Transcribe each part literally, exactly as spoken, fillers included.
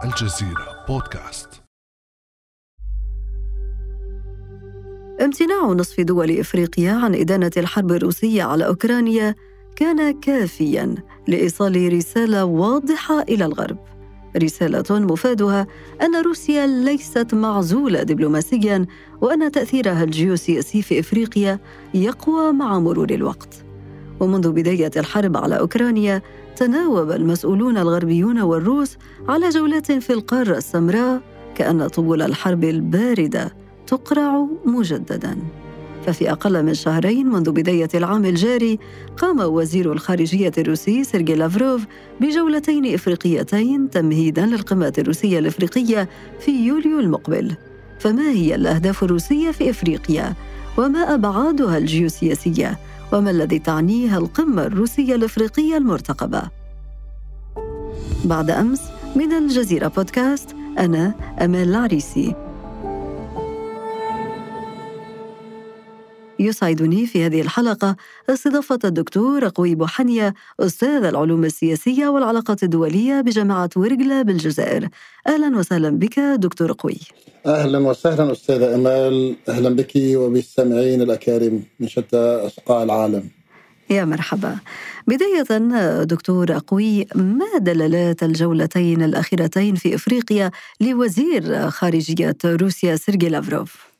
الجزيرة بودكاست. امتناع نصف دول إفريقيا عن إدانة الحرب الروسية على أوكرانيا كان كافياً لإيصال رسالة واضحة إلى الغرب، رسالة مفادها أن روسيا ليست معزولة دبلوماسياً، وأن تأثيرها الجيوسياسي في إفريقيا يقوى مع مرور الوقت. ومنذ بداية الحرب على أوكرانيا تناوب المسؤولون الغربيون والروس على جولات في القارة السمراء كأن طبول الحرب الباردة تقرع مجدداً. ففي أقل من شهرين منذ بداية العام الجاري قام وزير الخارجية الروسي سيرجي لافروف بجولتين إفريقيتين تمهيداً للقمة الروسية الإفريقية في يوليو المقبل. فما هي الأهداف الروسية في إفريقيا؟ وما أبعادها الجيوسياسية؟ وما الذي تعنيه القمة الروسية الإفريقية المرتقبة؟ بعد أمس من الجزيرة بودكاست، أنا أمال العريسي. يسعدني في هذه الحلقة استضافة الدكتور أقوي بوحنية، أستاذ العلوم السياسية والعلاقات الدولية بجامعة ورقلة بالجزائر. أهلا وسهلا بك دكتور أقوي. أهلا وسهلا أستاذة أمال، أهلا بك وبالسامعين الأكارم من شتى أصقاع العالم. يا مرحبا. بداية دكتور أقوي، ما دلالات الجولتين الأخيرتين في إفريقيا لوزير خارجية روسيا سيرجي لافروف؟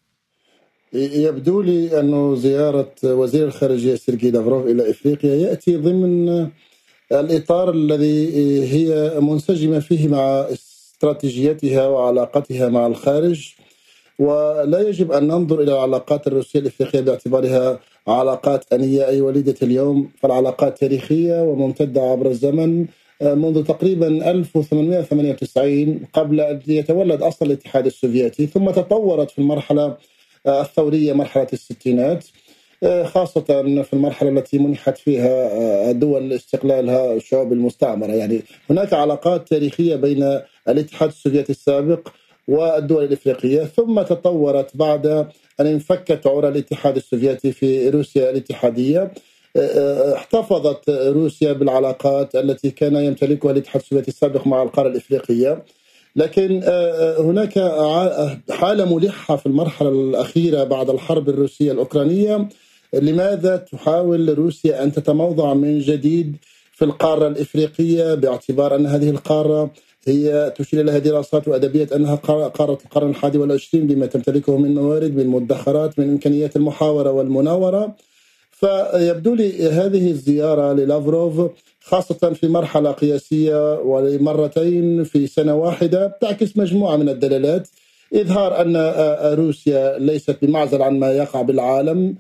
يبدو لي أن زيارة وزير الخارجية سيرجي لافروف إلى إفريقيا يأتي ضمن الإطار الذي هي منسجمة فيه مع استراتيجيتها وعلاقتها مع الخارج، ولا يجب أن ننظر إلى العلاقات الروسية الإفريقية باعتبارها علاقات أنية أي وليدة اليوم، فالعلاقات تاريخية وممتدة عبر الزمن منذ تقريبا ألف وثمانمائة وثمانية وتسعين قبل أن يتولد أصل الاتحاد السوفيتي، ثم تطورت في المرحلة الثورية مرحلة الستينات، خاصة في المرحلة التي منحت فيها دول استقلالها الشعوب المستعمرة. يعني هناك علاقات تاريخية بين الاتحاد السوفيتي السابق والدول الإفريقية، ثم تطورت بعد أن انفكت عرى الاتحاد السوفيتي في روسيا الاتحادية. احتفظت روسيا بالعلاقات التي كان يمتلكها الاتحاد السوفيتي السابق مع القارة الإفريقية، لكن هناك حالة ملحة في المرحلة الأخيرة بعد الحرب الروسية الأوكرانية. لماذا تحاول روسيا أن تتموضع من جديد في القارة الإفريقية، باعتبار أن هذه القارة هي تشير لها دراسات وأدبيات أنها قارة القرن الحادي والعشرين بما تمتلكه من موارد، من مدخرات، من إمكانيات المحاورة والمناورة. فيبدو لي هذه الزيارة للافروف خاصة في مرحلة قياسية ولمرتين في سنة واحدة تعكس مجموعة من الدلالات: إظهار أن روسيا ليست بمعزل عن ما يقع بالعالم،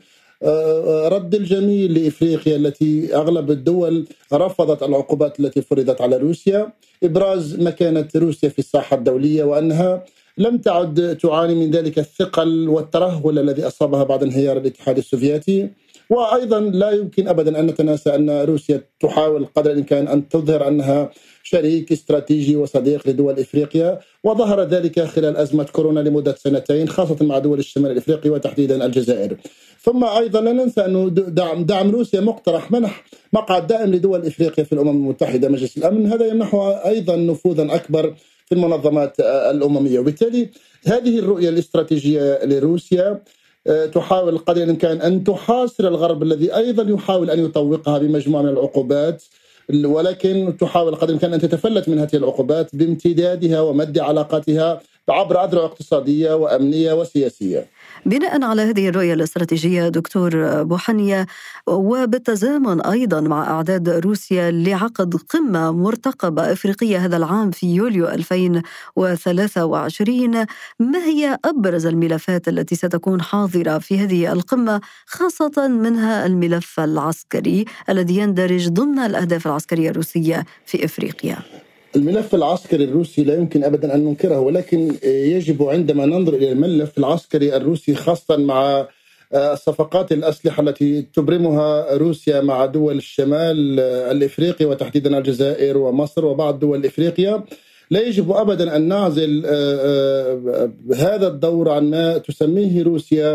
رد الجميل لإفريقيا التي أغلب الدول رفضت العقوبات التي فرضت على روسيا، إبراز مكانة روسيا في الساحة الدولية وأنها لم تعد تعاني من ذلك الثقل والترهل الذي أصابها بعد انهيار الاتحاد السوفيتي. وأيضا لا يمكن أبدا أن نتناسى أن روسيا تحاول قدر الإمكان أن تظهر أنها شريك استراتيجي وصديق لدول إفريقيا، وظهر ذلك خلال أزمة كورونا لمدة سنتين خاصة مع دول الشمال الإفريقي وتحديدا الجزائر. ثم أيضا لا ننسى أنه دعم, دعم روسيا مقترح منح مقعد دائم لدول إفريقيا في الأمم المتحدة مجلس الأمن، هذا يمنحها أيضا نفوذا أكبر في المنظمات الأممية. وبالتالي هذه الرؤية الاستراتيجية لروسيا تحاول قدر الإمكان أن تحاصر الغرب الذي أيضا يحاول أن يطوقها بمجموعة من العقوبات، ولكن تحاول قدر الإمكان أن تتفلت من هذه العقوبات بامتدادها ومد علاقاتها عبر أذرع اقتصادية وأمنية وسياسية. بناء على هذه الرؤية الاستراتيجية دكتور بوحنية، وبالتزامن أيضا مع أعداد روسيا لعقد قمة مرتقبة إفريقية هذا العام في يوليو ألفين وثلاثة وعشرين، ما هي أبرز الملفات التي ستكون حاضرة في هذه القمة، خاصة منها الملف العسكري الذي يندرج ضمن الأهداف العسكرية الروسية في إفريقيا؟ الملف العسكري الروسي لا يمكن أبدا أن ننكره، ولكن يجب عندما ننظر إلى الملف العسكري الروسي خاصة مع صفقات الأسلحة التي تبرمها روسيا مع دول الشمال الإفريقي وتحديدا الجزائر ومصر وبعض دول إفريقيا، لا يجب أبدا أن نعزل هذا الدور عن ما تسميه روسيا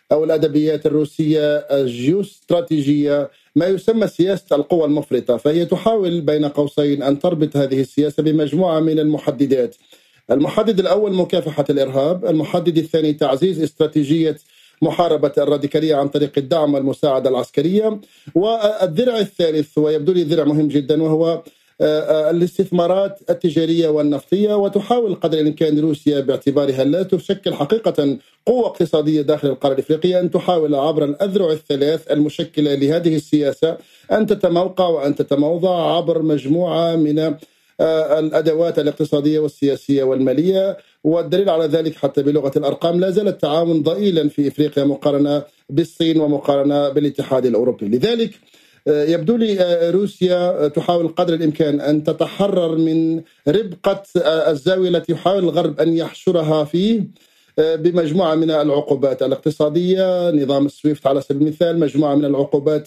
أو الأدبيات الروسية الجيوستراتيجية ما يسمى سياسة القوى المفرطة، فهي تحاول بين قوسين أن تربط هذه السياسة بمجموعة من المحددات. المحدد الأول مكافحة الإرهاب، المحدد الثاني تعزيز استراتيجية محاربة الراديكالية عن طريق الدعم والمساعدة العسكرية، والذرع الثالث ويبدو لي ذرع مهم جدا وهو الاستثمارات التجارية والنفطية. وتحاول قدر الإمكان روسيا باعتبارها لا تشكل حقيقة قوة اقتصادية داخل القارة الإفريقية أن تحاول عبر الأذرع الثلاث المشكلة لهذه السياسة أن تتموقع وأن تتموضع عبر مجموعة من الأدوات الاقتصادية والسياسية والمالية. والدليل على ذلك حتى بلغة الأرقام لا زال التعاون ضئيلا في إفريقيا مقارنة بالصين ومقارنة بالاتحاد الأوروبي. لذلك يبدو لي روسيا تحاول قدر الإمكان أن تتحرر من ربقة الزاوية التي يحاول الغرب أن يحشرها فيه بمجموعة من العقوبات الاقتصادية، نظام السويفت على سبيل المثال، مجموعة من العقوبات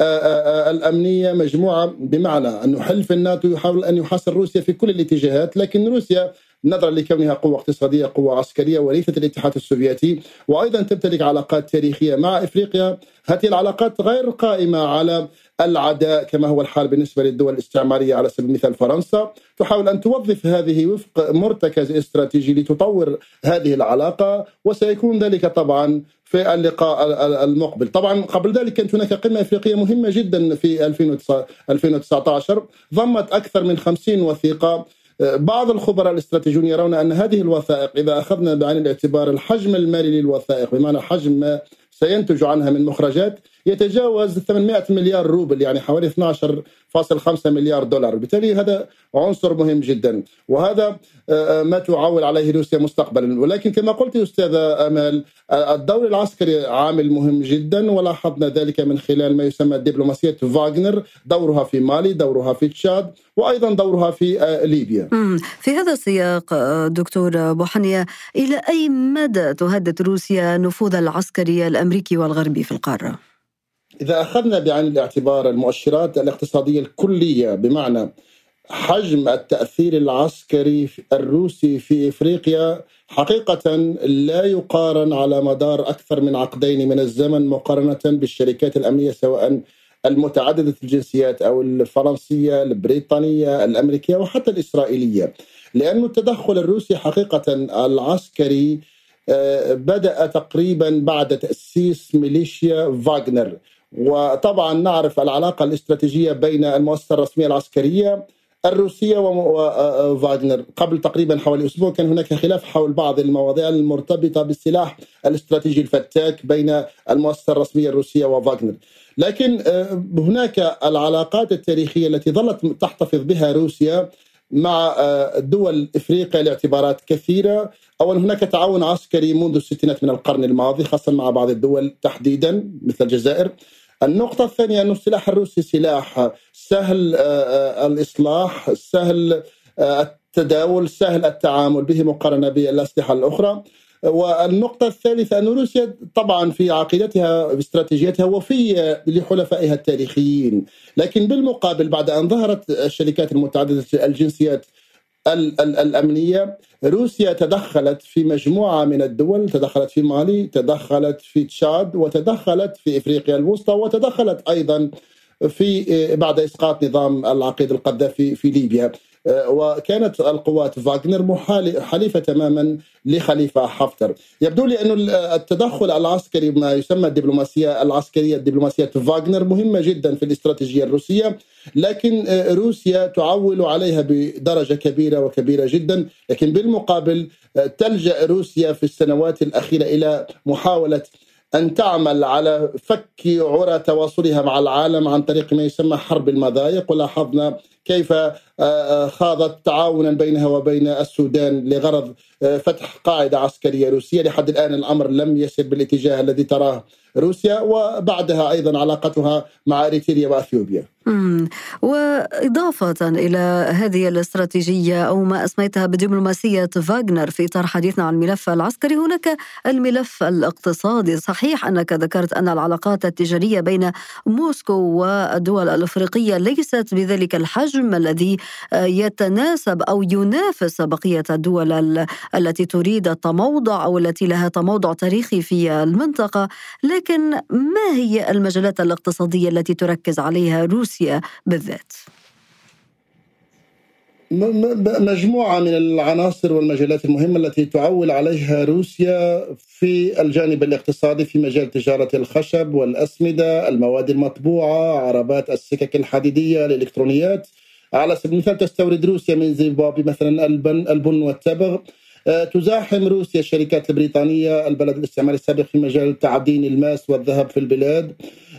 الأمنية، مجموعة بمعنى أن حلف الناتو يحاول أن يحاصر روسيا في كل الاتجاهات، لكن روسيا نظرا لكونها قوة اقتصادية قوة عسكرية وريثة الاتحاد السوفيتي وأيضا تمتلك علاقات تاريخية مع إفريقيا، هذه العلاقات غير قائمة على العداء كما هو الحال بالنسبة للدول الاستعمارية على سبيل المثال فرنسا. تحاول أن توظف هذه وفق مرتكز استراتيجي لتطور هذه العلاقة، وسيكون ذلك طبعا في اللقاء المقبل. طبعا قبل ذلك كانت هناك قمة إفريقية مهمة جدا في ألفين وتسعة عشر ضمت أكثر من خمسين وثيقة. بعض الخبراء الاستراتيجيون يرون أن هذه الوثائق إذا أخذنا بعين الاعتبار الحجم المالي للوثائق بمعنى حجم ما سينتج عنها من مخرجات يتجاوز ثمانمائة مليار روبل، يعني حوالي اثني عشر فاصلة خمسة مليار دولار. بالتالي هذا عنصر مهم جدا وهذا ما تعول عليه روسيا مستقبلا. ولكن كما قلت أستاذة أمال الدور العسكري عامل مهم جدا، ولاحظنا ذلك من خلال ما يسمى دبلوماسية فاغنر، دورها في مالي، دورها في تشاد، وأيضا دورها في ليبيا. في هذا السياق دكتور بوحنية، إلى أي مدى تهدد روسيا النفوذ العسكري الأمريكي والغربي في القارة؟ إذا أخذنا بعين الاعتبار المؤشرات الاقتصادية الكلية بمعنى حجم التأثير العسكري الروسي في إفريقيا حقيقة لا يقارن على مدار أكثر من عقدين من الزمن مقارنة بالشركات الأمنية سواء المتعددة الجنسيات أو الفرنسية البريطانية الأمريكية وحتى الإسرائيلية، لأن التدخل الروسي حقيقة العسكري بدأ تقريبا بعد تأسيس ميليشيا فاغنر. وطبعا نعرف العلاقة الاستراتيجية بين المؤسسة الرسمية العسكرية الروسية وفاغنر. قبل تقريبا حوالي أسبوع كان هناك خلاف حول بعض المواضيع المرتبطة بالسلاح الاستراتيجي الفتاك بين المؤسسة الرسمية الروسية وفاغنر، لكن هناك العلاقات التاريخية التي ظلت تحتفظ بها روسيا مع دول إفريقيا لاعتبارات كثيرة. أولا هناك تعاون عسكري منذ الستينات من القرن الماضي خاصة مع بعض الدول تحديدا مثل الجزائر. النقطة الثانية أن السلاح الروسي سلاح سهل الإصلاح، سهل التداول، سهل التعامل به مقارنة بالأسلحة الأخرى. والنقطة الثالثة أن روسيا طبعا في عقيدتها باستراتيجيتها وفية لحلفائها التاريخيين، لكن بالمقابل بعد أن ظهرت الشركات المتعددة الجنسيات الأمنية روسيا تدخلت في مجموعة من الدول، تدخلت في مالي، تدخلت في تشاد، وتدخلت في إفريقيا الوسطى، وتدخلت أيضا في بعد إسقاط نظام العقيد القذافي في ليبيا. وكانت القوات فاغنر حليفة تماما لخليفة حفتر. يبدو لي أن التدخل العسكري ما يسمى الدبلوماسية العسكرية دبلوماسية فاغنر مهمة جدا في الاستراتيجية الروسية، لكن روسيا تعول عليها بدرجة كبيرة وكبيرة جدا. لكن بالمقابل تلجأ روسيا في السنوات الأخيرة إلى محاولة أن تعمل على فك عرى تواصلها مع العالم عن طريق ما يسمى حرب المضايق، ولاحظنا كيف خاضت تعاونا بينها وبين السودان لغرض فتح قاعدة عسكرية روسية. لحد الآن الأمر لم يسر بالاتجاه الذي تراه روسيا، وبعدها أيضا علاقتها مع إريتريا وأثيوبيا. مم. وإضافة إلى هذه الاستراتيجية أو ما أسميتها بدبلوماسية فاغنر في إطار حديثنا عن الملف العسكري، هناك الملف الاقتصادي. صحيح أنك ذكرت أن العلاقات التجارية بين موسكو والدول الأفريقية ليست بذلك الحجم بالحجم الذي يتناسب أو ينافس بقية الدول التي تريد التموضع أو التي لها تموضع تاريخي في المنطقة. لكن ما هي المجالات الاقتصادية التي تركز عليها روسيا بالذات؟ مجموعة من العناصر والمجالات المهمة التي تعول عليها روسيا في الجانب الاقتصادي في مجال تجارة الخشب والأسمدة، المواد المطبوعة، عربات السكك الحديدية، الإلكترونيات. على سبيل المثال تستورد روسيا من زيمبابوي مثلا البن, البن والتبغ. تزاحم روسيا الشركات البريطانية البلد الاستعماري السابق في مجال تعدين الماس والذهب في البلاد،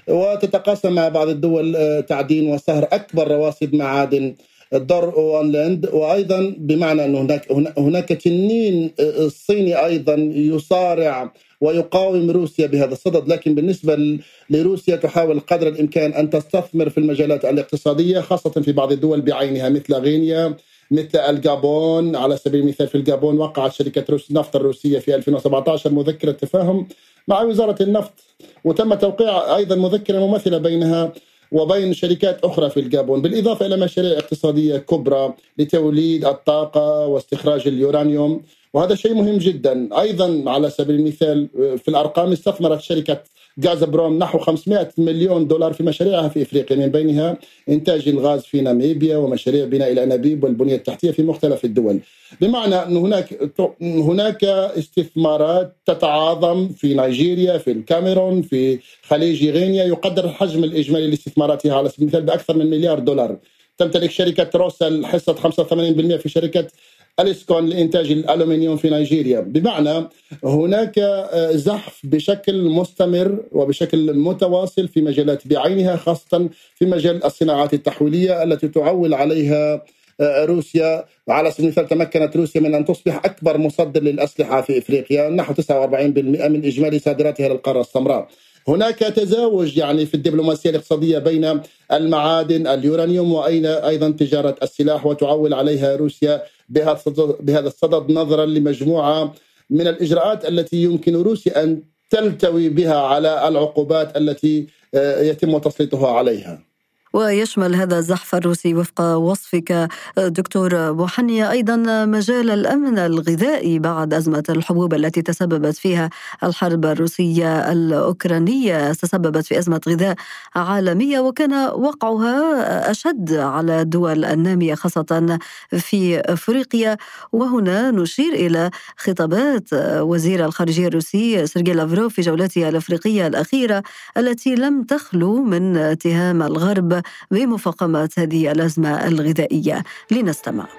وتتقاسم مع بعض الدول تعدين وصهر أكبر رواسب معادن الدر وانلاند. وايضا بمعنى ان هناك هناك تنين الصيني ايضا يصارع ويقاوم روسيا بهذا الصدد. لكن بالنسبه لروسيا تحاول قدر الامكان ان تستثمر في المجالات الاقتصاديه، خاصه في بعض الدول بعينها مثل غينيا، مثل الجابون. على سبيل المثال في الجابون وقعت شركه روس النفط الروسيه في ألفين وسبعة عشر مذكره تفاهم مع وزاره النفط، وتم توقيع ايضا مذكره مماثله بينها وبين شركات أخرى في الجابون، بالإضافة إلى مشاريع اقتصادية كبرى لتوليد الطاقة واستخراج اليورانيوم، وهذا شيء مهم جدا. أيضا على سبيل المثال في الأرقام استثمرت شركة غازبروم نحو خمسمائة مليون دولار في مشاريعها في إفريقيا، من بينها إنتاج الغاز في ناميبيا ومشاريع بناء الأنابيب والبنية التحتية في مختلف الدول. بمعنى أن هناك هناك استثمارات تتعاظم في نيجيريا، في الكاميرون، في خليج غينيا، يقدر الحجم الإجمالي لاستثماراتها على سبيل المثال بأكثر من مليار دولار. تمتلك شركة روسل حصة خمسة وثمانين بالمئة في شركة أليسكون لإنتاج الألومنيوم في نيجيريا. بمعنى هناك زحف بشكل مستمر وبشكل متواصل في مجالات بعينها، خاصة في مجال الصناعات التحويلية التي تعول عليها روسيا. على سبيل المثال تمكنت روسيا من أن تصبح أكبر مصدر للأسلحة في إفريقيا، نحو تسعة وأربعين بالمئة من إجمالي صادراتها للقارة السمراء. هناك تزاوج يعني في الدبلوماسية الاقتصادية بين المعادن اليورانيوم وأيضا تجارة السلاح، وتعول عليها روسيا بهذا الصدد نظرا لمجموعة من الإجراءات التي يمكن روسيا أن تلتوي بها على العقوبات التي يتم تسليطها عليها. ويشمل هذا الزحف الروسي وفق وصفك دكتور بوحنية أيضا مجال الأمن الغذائي بعد أزمة الحبوب التي تسببت فيها الحرب الروسية الأوكرانية، تسببت في أزمة غذاء عالمية وكان وقعها أشد على الدول النامية خاصة في أفريقيا. وهنا نشير إلى خطابات وزير الخارجية الروسي سيرجي لافروف في جولته الأفريقية الأخيرة التي لم تخلو من اتهام الغرب بمفاقمة هذه الأزمة الغذائية. لنستمع.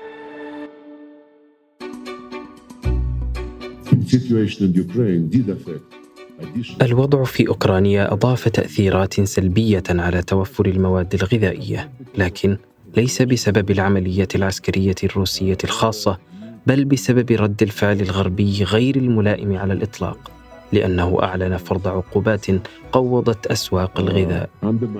الوضع في أوكرانيا أضاف تأثيرات سلبية على توفر المواد الغذائية، لكن ليس بسبب العملية العسكرية الروسية الخاصة، بل بسبب رد الفعل الغربي غير الملائم على الإطلاق، لأنه أعلن فرض عقوبات قوضت أسواق الغذاء.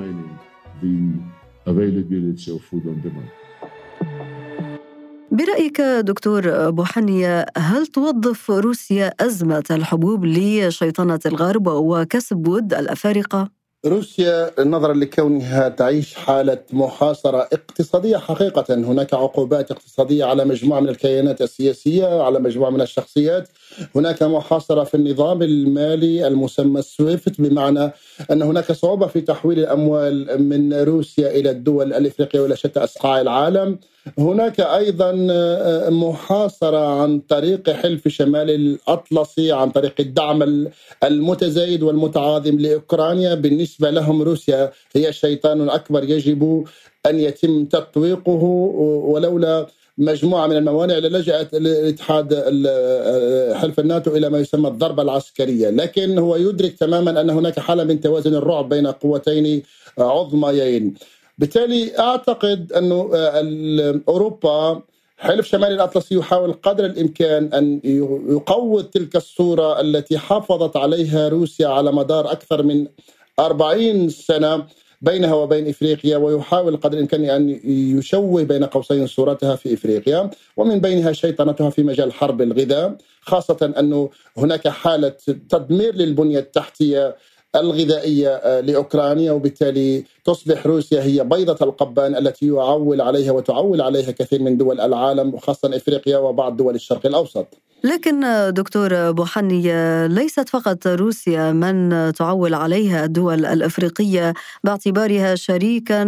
برأيك دكتور بوحنية، هل توظف روسيا أزمة الحبوب لشيطنة الغرب وكسب ود الأفارقة؟ روسيا نظرا لكونها تعيش حالة محاصرة اقتصادية حقيقة، هناك عقوبات اقتصادية على مجموعة من الكيانات السياسية، على مجموعة من الشخصيات، هناك محاصرة في النظام المالي المسمى سويفت، بمعنى أن هناك صعوبة في تحويل الأموال من روسيا إلى الدول الإفريقية وإلى شتى أصقاع العالم. هناك أيضا محاصرة عن طريق حلف شمال الأطلسي، عن طريق الدعم المتزايد والمتعاظم لأوكرانيا. بالنسبة لهم روسيا هي الشيطان الأكبر يجب أن يتم تطويقه، ولولا مجموعة من الموانع للجأت الاتحاد حلف الناتو إلى ما يسمى الضربة العسكرية. لكن هو يدرك تماما أن هناك حالة من توازن الرعب بين قوتين عظميين. بالتالي أعتقد أن أوروبا حلف شمال الأطلسي يحاول قدر الإمكان أن يقوض تلك الصورة التي حافظت عليها روسيا على مدار أكثر من أربعين سنة بينها وبين إفريقيا، ويحاول قدر الإمكان أن يشوه بين قوسين صورتها في إفريقيا، ومن بينها شيطنتها في مجال حرب الغذاء، خاصة أنه هناك حالة تدمير للبنية التحتية الغذائية لأوكرانيا، وبالتالي تصبح روسيا هي بيضة القبان التي يعول عليها وتعول عليها كثير من دول العالم وخاصة إفريقيا وبعض دول الشرق الأوسط. لكن دكتور بوحني، ليست فقط روسيا من تعول عليها الدول الأفريقية باعتبارها شريكا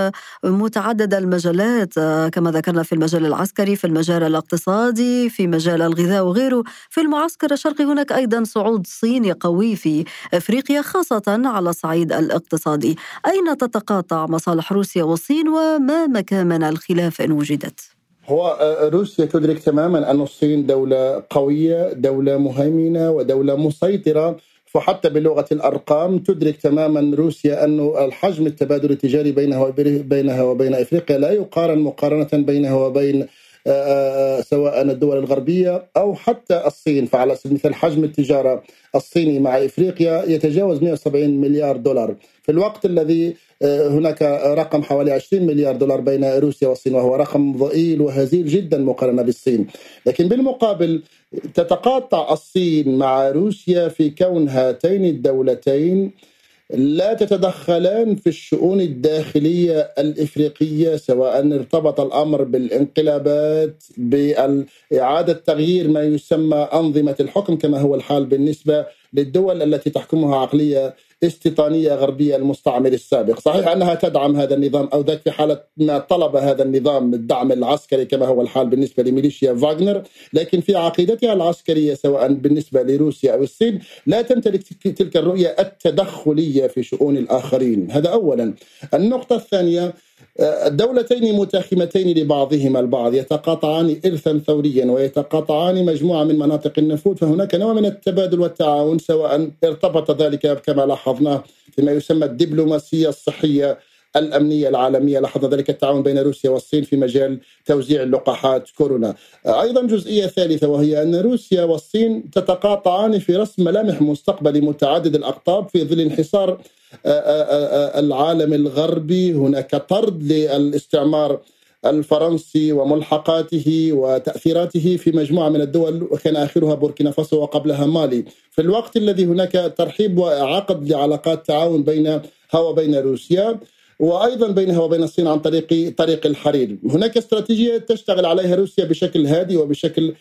متعدد المجالات، كما ذكرنا في المجال العسكري، في المجال الاقتصادي، في مجال الغذاء وغيره. في المعسكر الشرقي هناك أيضا صعود صيني قوي في أفريقيا خاصة على الصعيد الاقتصادي. أين تتقاطع مصالح روسيا والصين وما مكامن الخلاف إن وجدت؟ هو روسيا تدرك تماما أن الصين دولة قوية، دولة مهيمنة ودولة مسيطرة، فحتى بلغة الأرقام تدرك تماما روسيا أن الحجم التبادل التجاري بينها وبينها وبين إفريقيا لا يقارن مقارنة بينها وبين سواء الدول الغربية أو حتى الصين. فعلى سبيل المثال حجم التجارة الصيني مع إفريقيا يتجاوز مئة وسبعين مليار دولار، في الوقت الذي هناك رقم حوالي عشرين مليار دولار بين روسيا والصين، وهو رقم ضئيل وهزيل جدا مقارنة بالصين. لكن بالمقابل تتقاطع الصين مع روسيا في كون هاتين الدولتين لا تتدخلان في الشؤون الداخلية الإفريقية، سواء ارتبط الأمر بالانقلابات، بإعادة تغيير ما يسمى أنظمة الحكم كما هو الحال بالنسبة للدول التي تحكمها عقلية استيطانية غربية المستعمر السابق. صحيح أنها تدعم هذا النظام أو ذاك في حالة ما طلب هذا النظام الدعم العسكري كما هو الحال بالنسبة لميليشيا فاغنر، لكن في عقيدتها العسكرية سواء بالنسبة لروسيا أو الصين لا تمتلك تلك الرؤية التدخلية في شؤون الآخرين. هذا أولا. النقطة الثانية، الدولتين متاخمتين لبعضهما البعض، يتقاطعان إرثا ثوريا ويتقاطعان مجموعة من مناطق النفوذ، فهناك نوع من التبادل والتعاون، سواء ارتبط ذلك كما لاحظناه فيما يسمى الدبلوماسية الصحية الأمنية العالمية، لاحظنا ذلك التعاون بين روسيا والصين في مجال توزيع اللقاحات كورونا. أيضا جزئية ثالثة وهي أن روسيا والصين تتقاطعان في رسم ملامح مستقبلي متعدد الأقطاب في ظل انحصار العالم الغربي. هناك طرد للاستعمار الفرنسي وملحقاته وتأثيراته في مجموعة من الدول، وكان آخرها بوركينا فاسو وقبلها مالي، في الوقت الذي هناك ترحيب وعقد لعلاقات تعاون بينها وبين روسيا وأيضا بينها وبين الصين عن طريق طريق الحرير. هناك استراتيجية تشتغل عليها روسيا بشكل هادي وبشكل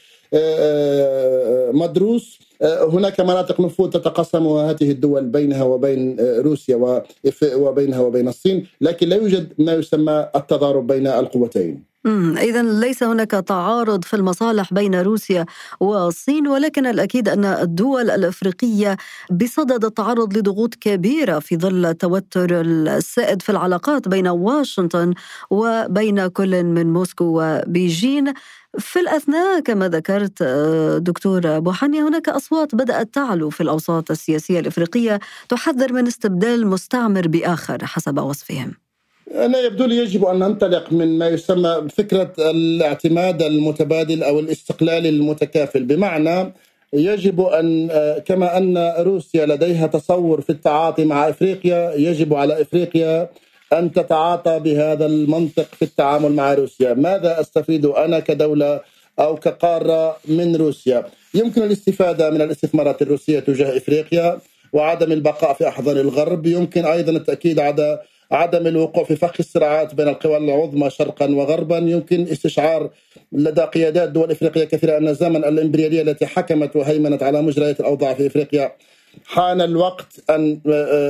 مدروس. هناك مناطق نفوذ تتقسمها هذه الدول بينها وبين روسيا وبينها وبين الصين، لكن لا يوجد ما يسمى التضارب بين القوتين. إذن ليس هناك تعارض في المصالح بين روسيا والصين، ولكن الأكيد أن الدول الأفريقية بصدد التعرض لضغوط كبيرة في ظل التوتر السائد في العلاقات بين واشنطن وبين كل من موسكو وبيجين. في الأثناء كما ذكرت دكتور بوحني هناك أصوات بدأت تعلو في الأوساط السياسية الإفريقية تحذر من استبدال مستعمر بآخر حسب وصفهم. أنا يبدو لي يجب أن ننطلق من ما يسمى فكرة الاعتماد المتبادل أو الاستقلال المتكافل، بمعنى يجب أن كما أن روسيا لديها تصور في التعاطي مع إفريقيا، يجب على إفريقيا أن تتعاطى بهذا المنطق في التعامل مع روسيا. ماذا أستفيد أنا كدولة أو كقارة من روسيا؟ يمكن الاستفادة من الاستثمارات الروسية تجاه إفريقيا وعدم البقاء في أحضان الغرب. يمكن أيضا التأكيد على عدم الوقوع في فخ الصراعات بين القوى العظمى شرقا وغربا. يمكن استشعار لدى قيادات دول إفريقيا كثيرة أن زمن الإمبريالية التي حكمت وهيمنت على مجريات الأوضاع في إفريقيا حان الوقت أن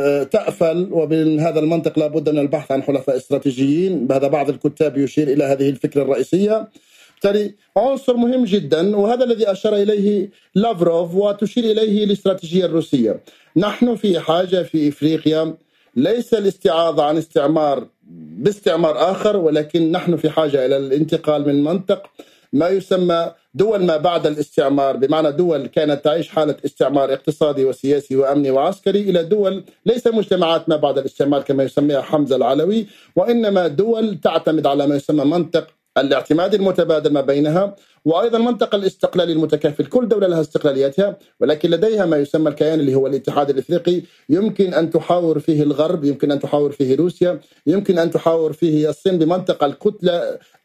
تأفل، ومن هذا المنطق لابد من البحث عن حلفاء استراتيجيين. هذا بعض الكتاب يشير إلى هذه الفكرة الرئيسية. بالتالي عنصر مهم جدا، وهذا الذي أشار إليه لافروف وتشير إليه الاستراتيجية الروسية. نحن في حاجة في إفريقيا ليس الاستعاضة عن استعمار باستعمار آخر، ولكن نحن في حاجة إلى الانتقال من منطق ما يسمى دول ما بعد الاستعمار، بمعنى دول كانت تعيش حالة استعمار اقتصادي وسياسي وأمني وعسكري، إلى دول ليس مجتمعات ما بعد الاستعمار كما يسميها حمزة العلوي، وإنما دول تعتمد على ما يسمى منطق الاعتماد المتبادل ما بينها، وأيضا منطقة الاستقلال المتكافل. كل دولة لها استقلاليتها، ولكن لديها ما يسمى الكيان اللي هو الاتحاد الإفريقي، يمكن أن تحاور فيه الغرب، يمكن أن تحاور فيه روسيا، يمكن أن تحاور فيه الصين بمنطقة الكتلة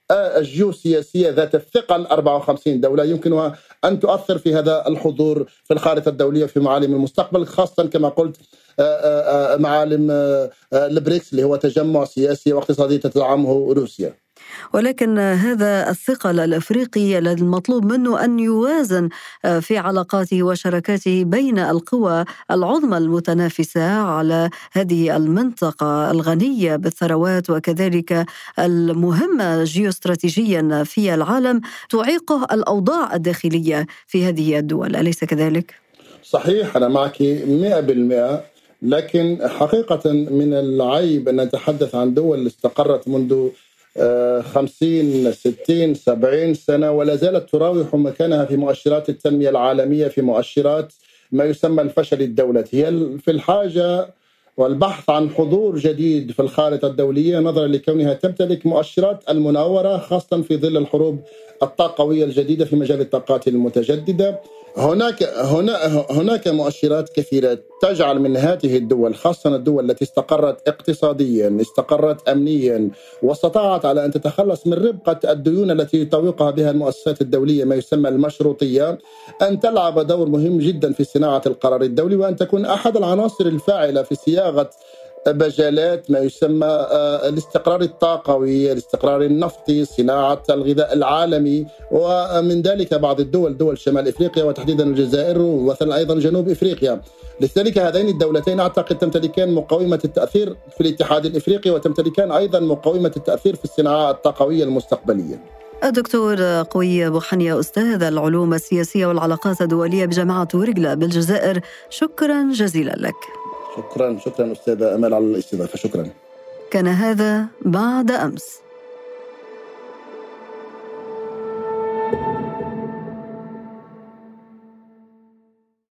الجيوسياسية ذات الثقل أربعة وخمسين دولة يمكنها أن تؤثر في هذا الحضور في الخارطة الدولية في معالم المستقبل، خاصة كما قلت معالم البريكس اللي هو تجمع سياسي واقتصادي تدعمه روسيا. ولكن هذا الثقل الأفريقي المطلوب منه أن يوازن في علاقاته وشراكاته بين القوى العظمى المتنافسة على هذه المنطقة الغنية بالثروات وكذلك المهمة جيوستراتيجيا في العالم، تعيقه الأوضاع الداخلية في هذه الدول، أليس كذلك؟ صحيح، أنا معك مئة بالمئة، لكن حقيقة من العيب أن نتحدث عن دول استقرت منذ خمسين ستين سبعين سنة ولا زالت تراوح مكانها في مؤشرات التنمية العالمية، في مؤشرات ما يسمى الفشل الدولتي. هي في الحاجة والبحث عن حضور جديد في الخارطة الدولية نظرا لكونها تمتلك مؤشرات المناورة، خاصة في ظل الحروب الطاقوية الجديدة في مجال الطاقات المتجددة. هناك هنا هناك مؤشرات كثيرة تجعل من هذه الدول، خاصة الدول التي استقرت اقتصاديا، استقرت أمنيا، واستطاعت على أن تتخلص من ربقة الديون التي يطوقها بها المؤسسات الدولية ما يسمى المشروطية، أن تلعب دور مهم جدا في صناعة القرار الدولي، وأن تكون أحد العناصر الفاعلة في صياغة مجالات ما يسمى الاستقرار الطاقوي، الاستقرار النفطي، صناعة الغذاء العالمي، ومن ذلك بعض الدول دول شمال إفريقيا وتحديدا الجزائر ومثلا أيضا جنوب إفريقيا. لذلك هذين الدولتين أعتقد تمتلكان مقاومة التأثير في الاتحاد الإفريقي، وتمتلكان أيضا مقاومة التأثير في الصناعة الطاقوية المستقبلية. الدكتور قوي بوحنية، أستاذ العلوم السياسية والعلاقات الدولية بجامعة ورقلة بالجزائر، شكرا جزيلا لك. شكرا شكرا أستاذة أمال على الاستضافة. شكرا. كان هذا بعد أمس.